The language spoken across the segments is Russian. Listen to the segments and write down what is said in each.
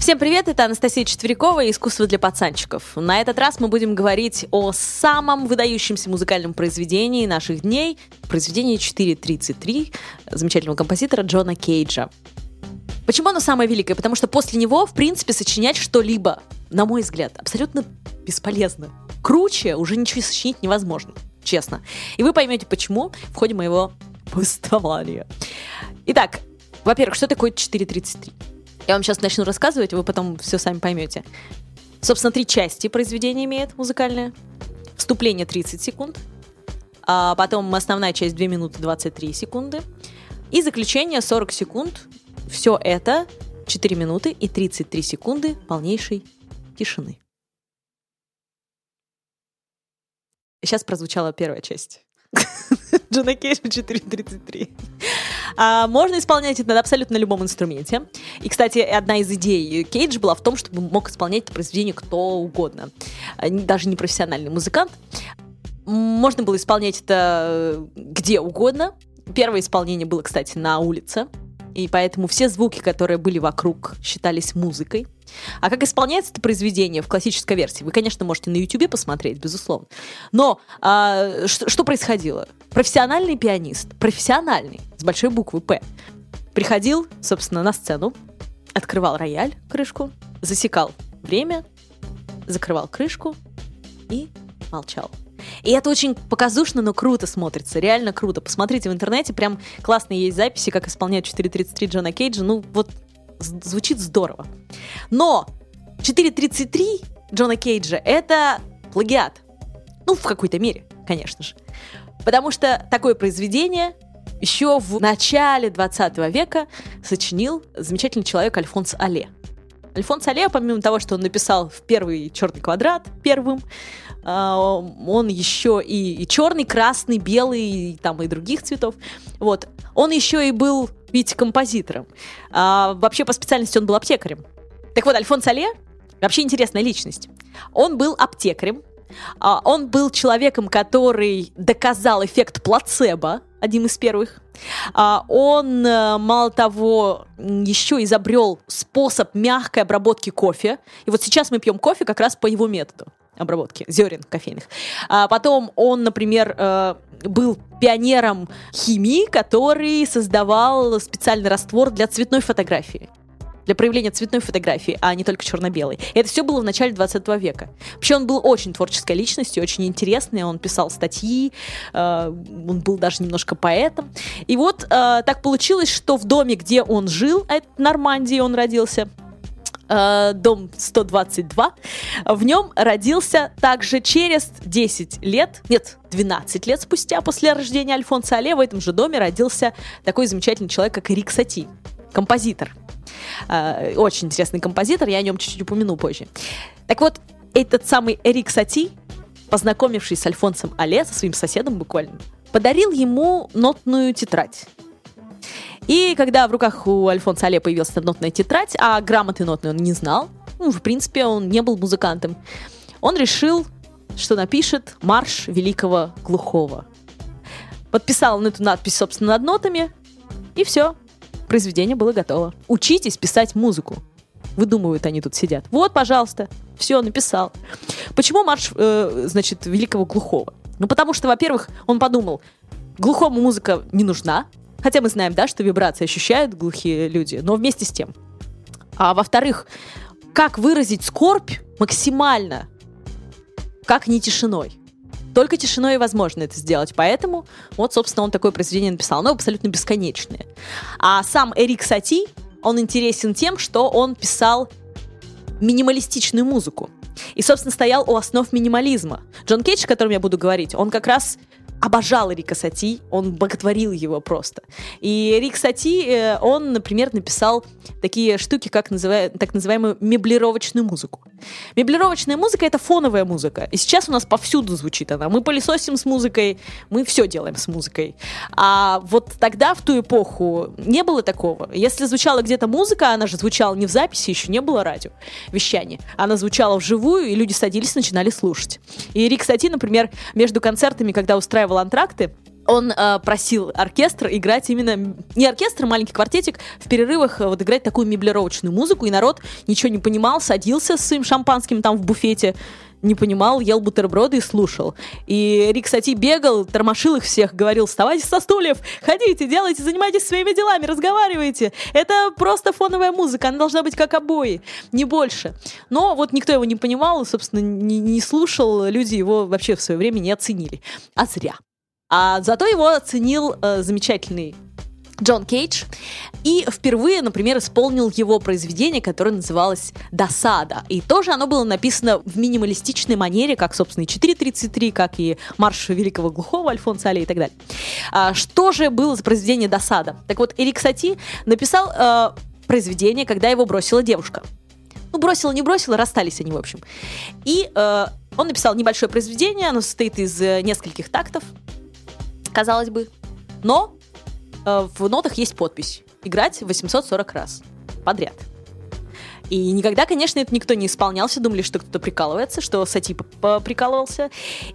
Всем привет, это Анастасия Четверякова и «Искусство для пацанчиков». На этот раз мы будем говорить о самом выдающемся музыкальном произведении наших дней, произведении 4.33 замечательного композитора Джона Кейджа. Почему оно самое великое? Потому что после него, в принципе, сочинять что-либо, на мой взгляд, абсолютно бесполезно. Круче уже ничего сочинить невозможно, честно. И вы поймете, почему в ходе моего повествования. Итак, во-первых, что такое 4.33? Я вам сейчас начну рассказывать, вы потом все сами поймете. Собственно, 3 части произведения имеет музыкальное. Вступление 30 секунд, а потом основная часть 2 минуты 23 секунды. И заключение 40 секунд. Все это 4 минуты и 33 секунды полнейшей тишины. Сейчас прозвучала первая часть. Джона Кейджа 4.33. Можно исполнять это на абсолютно любом инструменте. И, кстати, одна из идей Кейджа была в том, чтобы мог исполнять это произведение кто угодно. Даже не профессиональный музыкант. Можно было исполнять это где угодно. Первое исполнение было, кстати, на улице. И поэтому все звуки, которые были вокруг, считались музыкой. А как исполняется это произведение в классической версии? Вы, конечно, можете на YouTube посмотреть, безусловно. Но что происходило? Профессиональный пианист, профессиональный, с большой буквы «П», приходил, собственно, на сцену, открывал рояль, крышку, засекал время, закрывал крышку и молчал. И это очень показушно, но круто смотрится, реально круто. Посмотрите в интернете, прям классные есть записи, как исполняют 4.33 Джона Кейджа. Ну вот, звучит здорово. Но 4.33 Джона Кейджа — это плагиат. Ну, в какой-то мере, конечно же. Потому что такое произведение еще в начале 20 века сочинил замечательный человек Альфонс Алле. Альфонс Алле, помимо того, что он написал в первый «Черный квадрат» первым, он еще и черный, красный, белый, и там и других цветов. Вот. Он еще и был, видите, композитором. Вообще по специальности он был аптекарем. Так вот, Альфонс Алле вообще интересная личность. Он был аптекарем. Он был человеком, который доказал эффект плацебо, одним из первых. Он, мало того, еще изобрел способ мягкой обработки кофе. И вот сейчас мы пьем кофе как раз по его методу обработки зерен кофейных. Потом он, например, был пионером химии, который создавал специальный раствор для цветной фотографии. Для проявления цветной фотографии, а не только черно-белой. И это все было в начале 20 века. Вообще он был очень творческой личностью, очень интересный, он писал статьи, он был даже немножко поэтом. И вот так получилось, что в доме, где он жил, а это в Нормандии он родился, дом 122, в нем родился также через 10 лет, нет, 12 лет спустя после рождения Альфонса Алле в этом же доме родился такой замечательный человек, как Эрик Сати, композитор. Очень интересный композитор, я о нем чуть-чуть упомяну позже. Так вот, этот самый Эрик Сати, познакомившись с Альфонсом Алле, со своим соседом буквально, подарил ему нотную тетрадь. И когда в руках у Альфонса Алле появилась нотная тетрадь, а грамоты нотной он не знал, в принципе, он не был музыкантом, он решил, что напишет марш великого глухого. Подписал он эту надпись, собственно, над нотами, и все. Произведение было готово. Учитесь писать музыку. Выдумывают они тут сидят. Вот, пожалуйста, все, написал. Почему марш, великого глухого? Ну, потому что, во-первых, он подумал, глухому музыка не нужна, хотя мы знаем, да, что вибрации ощущают глухие люди, но вместе с тем. А во-вторых, как выразить скорбь максимально, как не тишиной? Только тишиной и возможно это сделать. Поэтому, вот, собственно, он такое произведение написал. Оно абсолютно бесконечное. А сам Эрик Сати, он интересен тем, что он писал минималистичную музыку. И, собственно, стоял у основ минимализма. Джон Кейдж, о котором я буду говорить, он как раз обожал Эрика Сати, он боготворил его просто. И Эрик Сати, он, например, написал такие штуки, как так называемую меблировочную музыку. Меблировочная музыка — это фоновая музыка. И сейчас у нас повсюду звучит она. Мы пылесосим с музыкой, мы все делаем с музыкой. А вот тогда, в ту эпоху, не было такого. Если звучала где-то музыка, она же звучала не в записи, еще не было радио, вещания. Она звучала вживую, и люди садились и начинали слушать. И Эрик Сати, например, между концертами, когда устраивал антракты, он просил оркестр играть именно... Не оркестр, а маленький квартетик, в перерывах вот играть такую меблировочную музыку, и народ ничего не понимал, садился с своим шампанским там в буфете, не понимал, ел бутерброды и слушал. И Рик Сати бегал, тормошил их всех, говорил: вставайте со стульев, ходите, делайте, занимайтесь своими делами, разговаривайте. Это просто фоновая музыка, она должна быть как обои, не больше. Но вот никто его не понимал, собственно, не слушал, люди его вообще в свое время не оценили. А зря. А зато его оценил замечательный Джон Кейдж и впервые, например, исполнил его произведение, которое называлось «Досада». И тоже оно было написано в минималистичной манере, как, собственно, и 4.33, как и марш великого глухого Альфонса Алле и так далее. Что же было за произведение «Досада»? Так вот, Эрик Сати написал произведение, когда его бросила девушка. Ну, бросила, не бросила, расстались они, в общем. И он написал небольшое произведение, оно состоит из нескольких тактов, казалось бы, но в нотах есть подпись: играть 840 раз подряд. И никогда, конечно, это никто не исполнял, все думали, что кто-то прикалывается, что Сати прикалывался.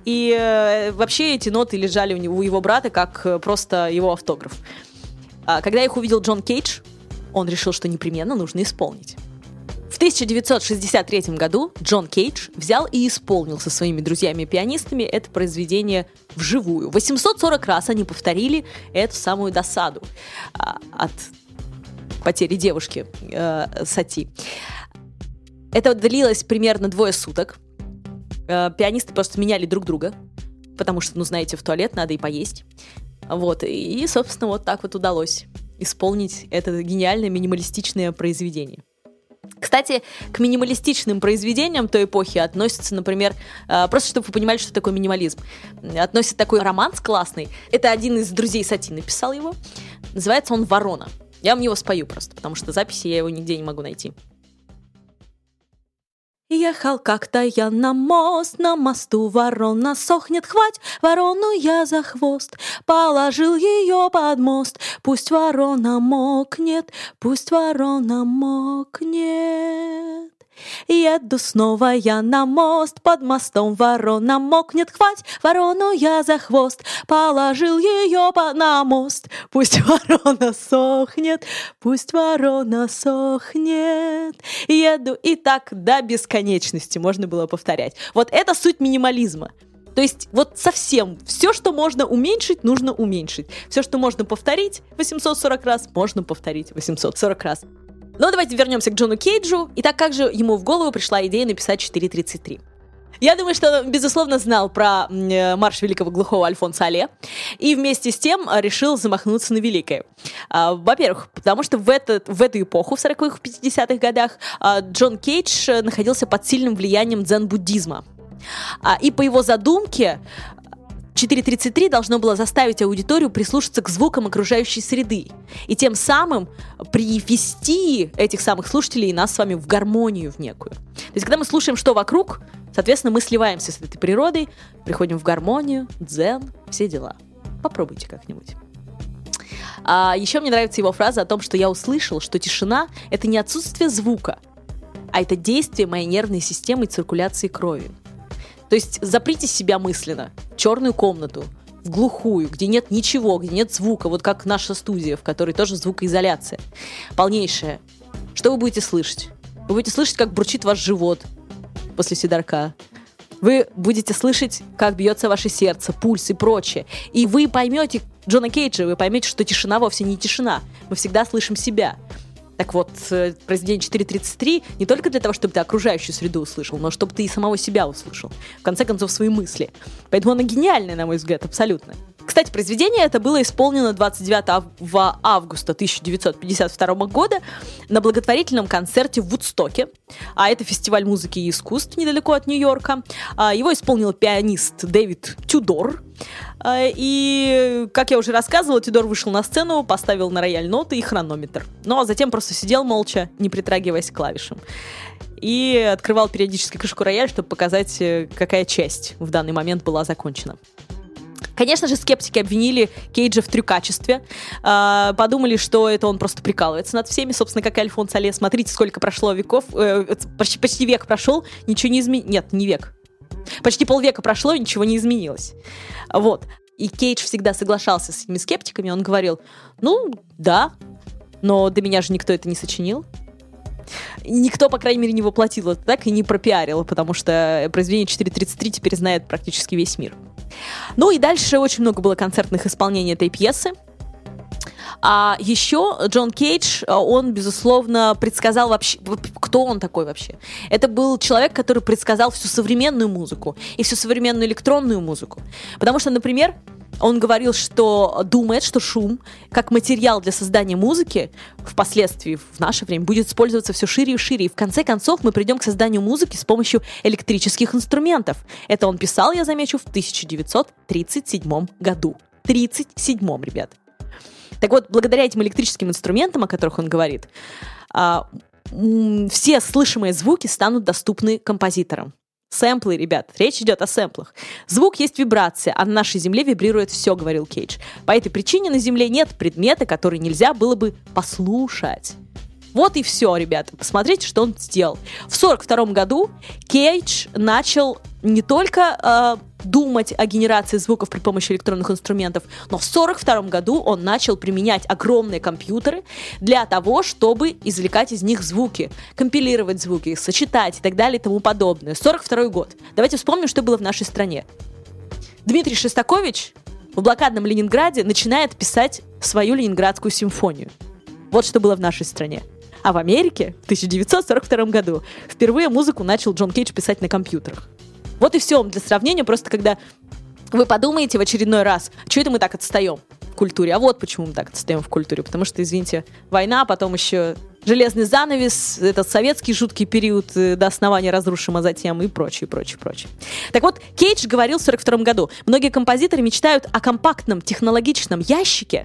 И вообще эти ноты лежали у его брата как просто его автограф. Когда их увидел Джон Кейдж, он решил, что непременно нужно исполнить. В 1963 году Джон Кейдж взял и исполнил со своими друзьями-пианистами это произведение вживую. 840 раз они повторили эту самую досаду от потери девушки Сати. Это длилось примерно 2 суток. Пианисты просто меняли друг друга, потому что, ну, знаете, в туалет надо и поесть. Вот. И, собственно, вот так вот удалось исполнить это гениальное минималистичное произведение. Кстати, к минималистичным произведениям той эпохи относится, например, просто чтобы вы понимали, что такое минимализм, относится такой романс классный. Это один из друзей Сати написал его. Называется он «Ворона». Я вам его спою просто, потому что записи я его нигде не могу найти. Ехал как-то я на мосту ворона сохнет, хвать ворону я за хвост, положил ее под мост, пусть ворона мокнет, пусть ворона мокнет. Еду снова я на мост, под мостом ворона мокнет, хвать ворону я за хвост, положил ее на мост, пусть ворона сохнет, пусть ворона сохнет. Еду и так до бесконечности можно было повторять. Вот это суть минимализма. То есть вот совсем все, что можно уменьшить, нужно уменьшить. Все, что можно повторить 840 раз, можно повторить 840 раз. Но давайте вернемся к Джону Кейджу. Итак, как же ему в голову пришла идея написать 4.33? Я думаю, что он, безусловно, знал про марш великого глухого Альфонса Алле и вместе с тем решил замахнуться на великое. Во-первых, потому что в эту эпоху, в 40-х, 50-х годах, Джон Кейдж находился под сильным влиянием дзен-буддизма. И по его задумке 4.33 должно было заставить аудиторию прислушаться к звукам окружающей среды и тем самым привести этих самых слушателей и нас с вами в гармонию в некую. То есть, когда мы слушаем, что вокруг, соответственно, мы сливаемся с этой природой, приходим в гармонию, дзен, все дела. Попробуйте как-нибудь. Еще мне нравится его фраза о том, что я услышал, что тишина — это не отсутствие звука, а это действие моей нервной системы и циркуляции крови. То есть заприте себя мысленно в черную комнату, в глухую, где нет ничего, где нет звука, вот как наша студия, в которой тоже звукоизоляция. Полнейшая. Что вы будете слышать? Вы будете слышать, как бурчит ваш живот после сидорка. Вы будете слышать, как бьется ваше сердце, пульс и прочее. И вы поймете Джона Кейджа, вы поймете, что тишина вовсе не тишина. Мы всегда слышим себя. Так вот, произведение 4.33 не только для того, чтобы ты окружающую среду услышал, но чтобы ты и самого себя услышал. В конце концов, свои мысли. Поэтому оно гениальное, на мой взгляд, абсолютно. Кстати, произведение это было исполнено 29 августа 1952 года на благотворительном концерте в Вудстоке. А это фестиваль музыки и искусств недалеко от Нью-Йорка. Его исполнил пианист Дэвид Тюдор. И, как я уже рассказывала, Тюдор вышел на сцену, поставил на рояль ноты и хронометр. Ну, а затем просто сидел молча, не притрагиваясь к клавишам. И открывал периодически крышку рояля, чтобы показать, какая часть в данный момент была закончена. Конечно же, скептики обвинили Кейджа в трюкачестве, подумали, что это он просто прикалывается над всеми, собственно, как и Альфонс Алле. Смотрите, сколько прошло веков, почти век прошел, ничего не изменилось. Нет, не век. Почти полвека прошло, и ничего не изменилось. Вот. и Кейдж всегда соглашался с этими скептиками, он говорил, ну, да, но до меня же никто это не сочинил. И никто, по крайней мере, не воплотил это так и не пропиарил, потому что произведение 4.33 теперь знает практически весь мир. Ну и дальше очень много было концертных исполнений этой пьесы. А еще Джон Кейдж, он, безусловно, предсказал вообще... Кто он такой вообще? Это был человек, который предсказал всю современную музыку и всю современную электронную музыку. Потому что, например, он говорил, что думает, что шум, как материал для создания музыки, впоследствии, в наше время, будет использоваться все шире и шире. И в конце концов мы придем к созданию музыки с помощью электрических инструментов. Это он писал, я замечу, в 1937 году. 37-м, ребят. Так вот, благодаря этим электрическим инструментам, о которых он говорит, все слышимые звуки станут доступны композиторам. Сэмплы, ребят, речь идет о сэмплах. Звук есть вибрация, а на нашей Земле вибрирует все, говорил Кейдж. По этой причине на Земле нет предмета, который нельзя было бы послушать. Вот и все, ребята. Посмотрите, что он сделал. В 1942 году Кейдж начал не только думать о генерации звуков при помощи электронных инструментов, но в 1942 году он начал применять огромные компьютеры для того, чтобы извлекать из них звуки, компилировать звуки, сочетать и так далее и тому подобное. 1942 год. Давайте вспомним, что было в нашей стране. Дмитрий Шостакович в блокадном Ленинграде начинает писать свою Ленинградскую симфонию. Вот что было в нашей стране. А в Америке в 1942 году впервые музыку начал Джон Кейдж писать на компьютерах. Вот и все. Для сравнения, просто когда вы подумаете в очередной раз, что это мы так отстаем в культуре, а вот почему мы так отстаем в культуре. Потому что, извините, война, потом еще железный занавес, этот советский жуткий период до основания разрушим, а затем и прочее, прочее, прочее. Так вот, Кейдж говорил в 1942 году, многие композиторы мечтают о компактном технологичном ящике,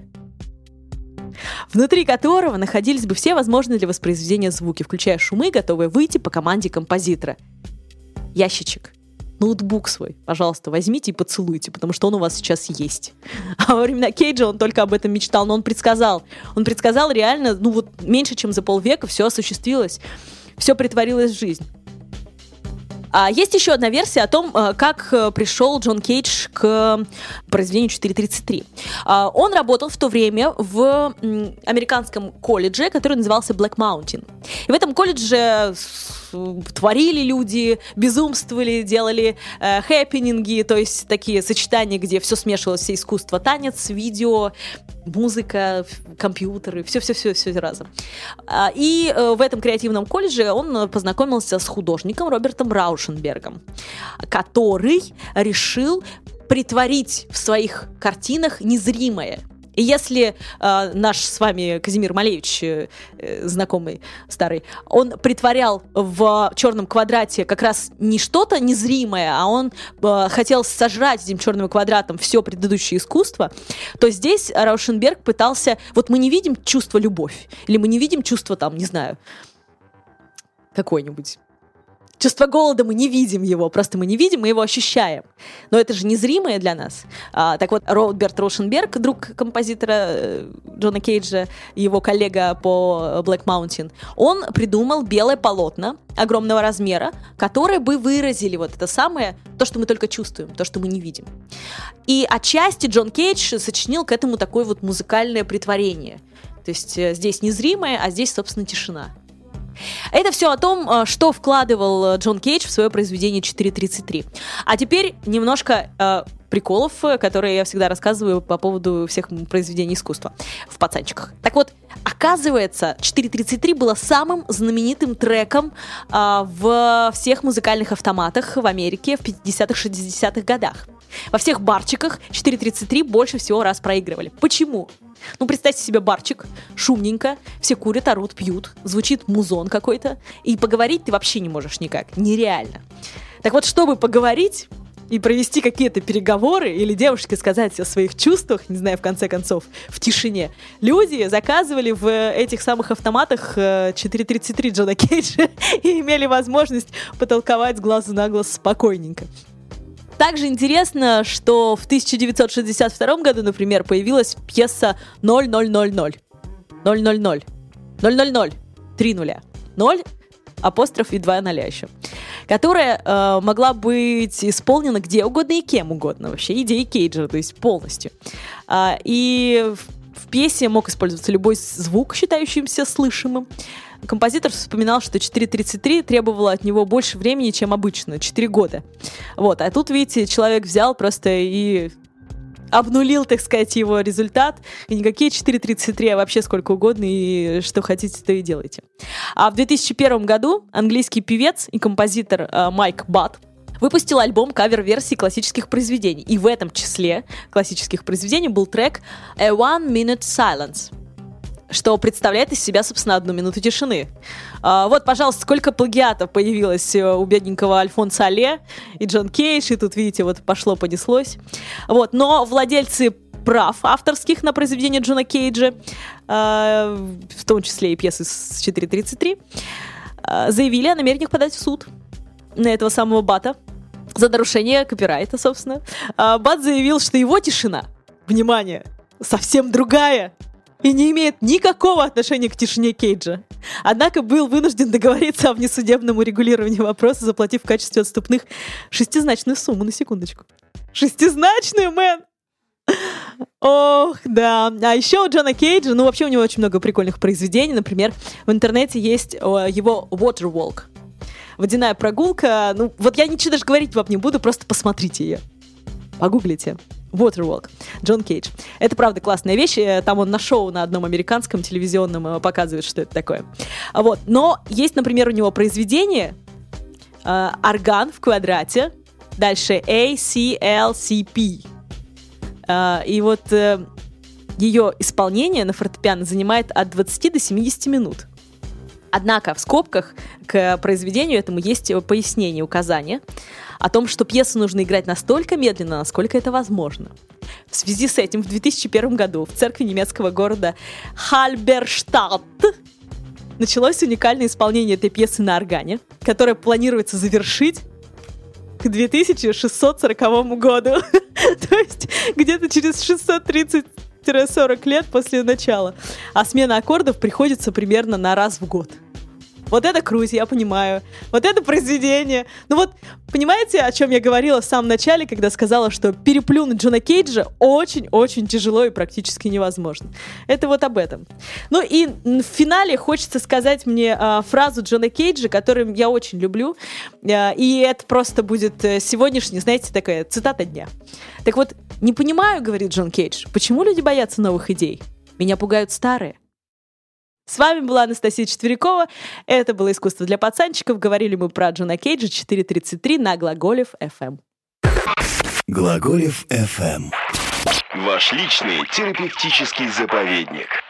внутри которого находились бы все возможные для воспроизведения звуки, включая шумы, готовые выйти по команде композитора. Ящичек. Ноутбук свой, пожалуйста, возьмите и поцелуйте, потому что он у вас сейчас есть. А во времена Кейджа он только об этом мечтал, но он предсказал. Он предсказал реально, меньше чем за полвека все осуществилось, все притворилось в жизнь. А есть еще одна версия о том, как пришел Джон Кейдж к произведению 4.33. Он работал в то время в американском колледже, который назывался Black Mountain. И в этом колледже творили люди, безумствовали, делали хэппининги, то есть такие сочетания, где все смешивалось, все искусство, танец, видео, музыка, компьютеры, все разом. И в этом креативном колледже он познакомился с художником Робертом Раушенбергом, который решил притворить в своих картинах незримое. И если наш с вами Казимир Малевич, знакомый старый, он притворял в черном квадрате как раз не что-то незримое, а он хотел сожрать этим черным квадратом все предыдущее искусство, то здесь Раушенберг пытался... Вот мы не видим чувство любовь, или мы не видим чувство, там, не знаю, какое-нибудь... Чувство голода мы не видим его, просто мы не видим, мы его ощущаем. Но это же незримое для нас. Так вот, Роберт Раушенберг, друг композитора Джона Кейджа, его коллега по Black Mountain, он придумал белое полотно огромного размера, которые бы выразили вот это самое, то, что мы только чувствуем, то, что мы не видим. И отчасти Джон Кейдж сочинил к этому такое вот музыкальное притворение. То есть здесь незримое, а здесь, собственно, тишина. Это все о том, что вкладывал Джон Кейдж в свое произведение 4.33. А теперь немножко приколов, которые я всегда рассказываю по поводу всех произведений искусства в пацанчиках. Так вот, оказывается, 4.33 было самым знаменитым треком в всех музыкальных автоматах в Америке в 50-х-60-х годах. Во всех барчиках 4.33 больше всего раз проигрывали. Почему? Представьте себе барчик, шумненько, все курят, орут, пьют, звучит музон какой-то, и поговорить ты вообще не можешь никак, нереально. Так вот, чтобы поговорить и провести какие-то переговоры, или девушке сказать о своих чувствах, не знаю, в конце концов, в тишине, люди заказывали в этих самых автоматах 4.33 Джона Кейджа и имели возможность потолковать с глазу на глаз спокойненько. Также интересно, что в 1962 году, например, появилась пьеса 0000. 000. 000. 3 нуля. 0, апостроф и 2 ноля еще. которая могла быть исполнена где угодно и кем угодно. Вообще идеи Кейджа, то есть полностью. И в пьесе мог использоваться любой звук, считающийся слышимым. Композитор вспоминал, что 4.33 требовало от него больше времени, чем обычно, 4 года. Вот. А тут, видите, человек взял просто и обнулил, так сказать, его результат. И никакие 4.33, а вообще сколько угодно, и что хотите, то и делайте. А в 2001 году английский певец и композитор Майк Батт выпустил альбом кавер-версий классических произведений. И в этом числе классических произведений был трек «A 1 Minute Silence», что представляет из себя, собственно, 1 минуту тишины. Вот, пожалуйста, сколько плагиатов появилось у бедненького Альфонса Алле и Джон Кейдж, и тут, видите, вот пошло-понеслось. Вот, но владельцы прав авторских на произведение Джона Кейджа, в том числе и пьесы с 4.33, заявили о намерениях подать в суд на этого самого Батта за нарушение копирайта, собственно. Батт заявил, что его тишина, внимание, совсем другая и не имеет никакого отношения к тишине Кейджа. Однако был вынужден договориться о внесудебном урегулировании вопроса, заплатив в качестве отступных 6-значную сумму, на секундочку. 6-значную, мэн! Ох, да. А еще у Джона Кейджа, ну вообще у него очень много прикольных произведений. Например, в интернете есть его Waterwalk. Водяная прогулка. Ну вот я ничего даже говорить вам не буду, просто посмотрите ее. Погуглите. Waterwalk. Джон Кейдж. Это, правда, классная вещь. Там он на шоу на одном американском телевизионном показывает, что это такое. Вот. Но есть, например, у него произведение «Орган в квадрате». Дальше ACLCP. И вот ее исполнение на фортепиано занимает от 20 до 70 минут. Однако в скобках к произведению этому есть пояснение, указание о том, что пьесу нужно играть настолько медленно, насколько это возможно. В связи с этим в 2001 году в церкви немецкого города Хальберштадт началось уникальное исполнение этой пьесы на органе, которое планируется завершить к 2640 году. То есть где-то через 630-40 лет после начала. А смена аккордов приходится примерно на раз в год. Вот это круть, я понимаю. Вот это произведение. Ну вот, понимаете, о чем я говорила в самом начале, когда сказала, что переплюнуть Джона Кейджа очень-очень тяжело и практически невозможно. Это вот об этом. Ну и в финале хочется сказать мне фразу Джона Кейджа, которую я очень люблю. И это просто будет сегодняшний, знаете, такая цитата дня. Так вот, не понимаю, говорит Джон Кейдж, почему люди боятся новых идей? Меня пугают старые. С вами была Анастасия Четверякова. Это было «Искусство для пацанчиков». Говорили мы про Джона Кейджа 4.33 на Глаголев FM. Глаголев FM. Ваш личный терапевтический заповедник.